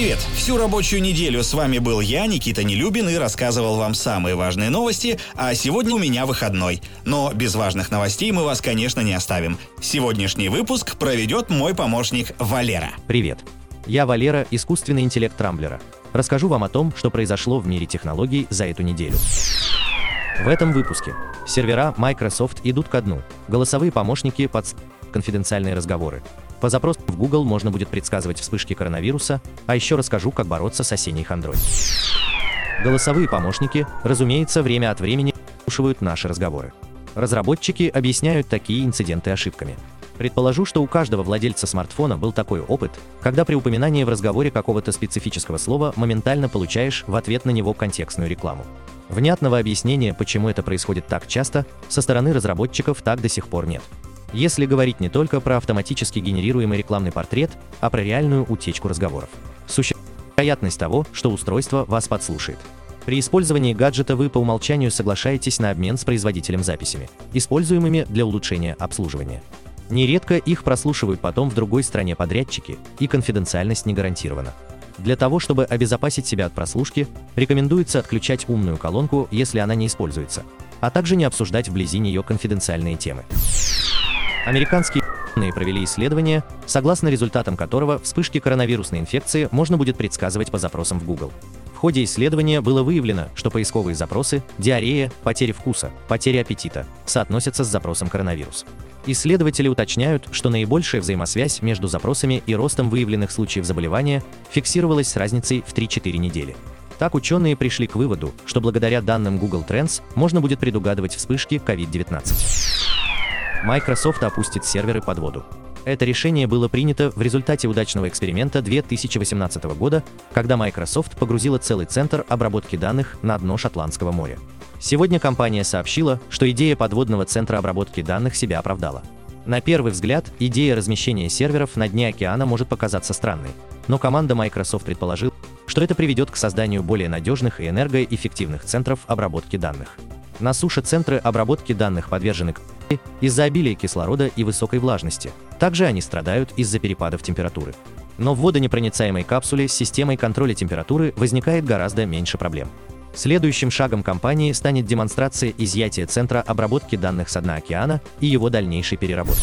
Привет! Всю рабочую неделю с вами был я, Никита Нелюбин, и рассказывал вам самые важные новости, а сегодня у меня выходной. Но без важных новостей мы вас, конечно, не оставим. Сегодняшний выпуск проведет мой помощник Валера. Привет! Я Валера, искусственный интеллект Рамблера. Расскажу вам о том, что произошло в мире технологий за эту неделю. В этом выпуске сервера Microsoft идут ко дну, голосовые помощники под конфиденциальные разговоры. По запросу в Google можно будет предсказывать вспышки коронавируса, а еще расскажу, как бороться с осенней хандрой. Голосовые помощники, разумеется, время от времени слушают наши разговоры. Разработчики объясняют такие инциденты ошибками. Предположу, что у каждого владельца смартфона был такой опыт, когда при упоминании в разговоре какого-то специфического слова моментально получаешь в ответ на него контекстную рекламу. Внятного объяснения, почему это происходит так часто, со стороны разработчиков так до сих пор нет. Если говорить не только про автоматически генерируемый рекламный портрет, а про реальную утечку разговоров. Существует вероятность того, что устройство вас подслушает. При использовании гаджета вы по умолчанию соглашаетесь на обмен с производителем записями, используемыми для улучшения обслуживания. Нередко их прослушивают потом в другой стране подрядчики, и конфиденциальность не гарантирована. Для того, чтобы обезопасить себя от прослушки, рекомендуется отключать умную колонку, если она не используется, а также не обсуждать вблизи нее конфиденциальные темы. Американские ученые провели исследование, согласно результатам которого вспышки коронавирусной инфекции можно будет предсказывать по запросам в Google. В ходе исследования было выявлено, что поисковые запросы диарея, потеря вкуса, потеря аппетита соотносятся с запросом коронавирус. Исследователи уточняют, что наибольшая взаимосвязь между запросами и ростом выявленных случаев заболевания фиксировалась с разницей в 3-4 недели. Так ученые пришли к выводу, что благодаря данным Google Trends можно будет предугадывать вспышки COVID-19. Microsoft опустит серверы под воду. Это решение было принято в результате удачного эксперимента 2018 года, когда Microsoft погрузила целый центр обработки данных на дно Шотландского моря. Сегодня компания сообщила, что идея подводного центра обработки данных себя оправдала. На первый взгляд, идея размещения серверов на дне океана может показаться странной, но команда Microsoft предположила, что это приведет к созданию более надежных и энергоэффективных центров обработки данных. На суше центры обработки данных подвержены из-за обилия кислорода и высокой влажности. Также они страдают из-за перепадов температуры. Но в водонепроницаемой капсуле с системой контроля температуры возникает гораздо меньше проблем. Следующим шагом компании станет демонстрация изъятия центра обработки данных с дна океана и его дальнейшей переработки.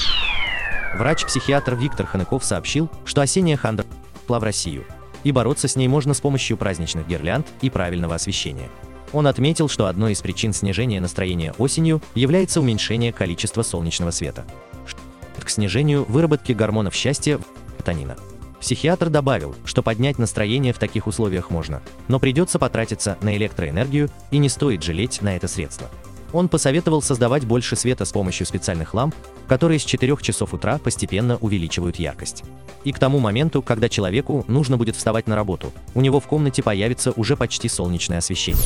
Врач-психиатр Виктор Ханыков сообщил, что осенняя хандра пришла в Россию, и бороться с ней можно с помощью праздничных гирлянд и правильного освещения. Он отметил, что одной из причин снижения настроения осенью является уменьшение количества солнечного света, что ведет к снижению выработки гормонов счастья мелатонина. Психиатр добавил, что поднять настроение в таких условиях можно, но придется потратиться на электроэнергию и не стоит жалеть на это средство. Он посоветовал создавать больше света с помощью специальных ламп, которые с 4 часов утра постепенно увеличивают яркость. И к тому моменту, когда человеку нужно будет вставать на работу, у него в комнате появится уже почти солнечное освещение.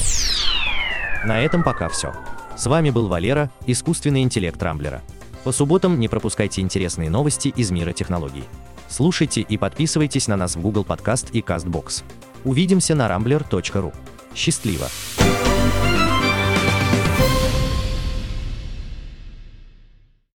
На этом пока все. С вами был Валера, искусственный интеллект Рамблера. По субботам не пропускайте интересные новости из мира технологий. Слушайте и подписывайтесь на нас в Google Podcast и CastBox. Увидимся на rambler.ru. Счастливо!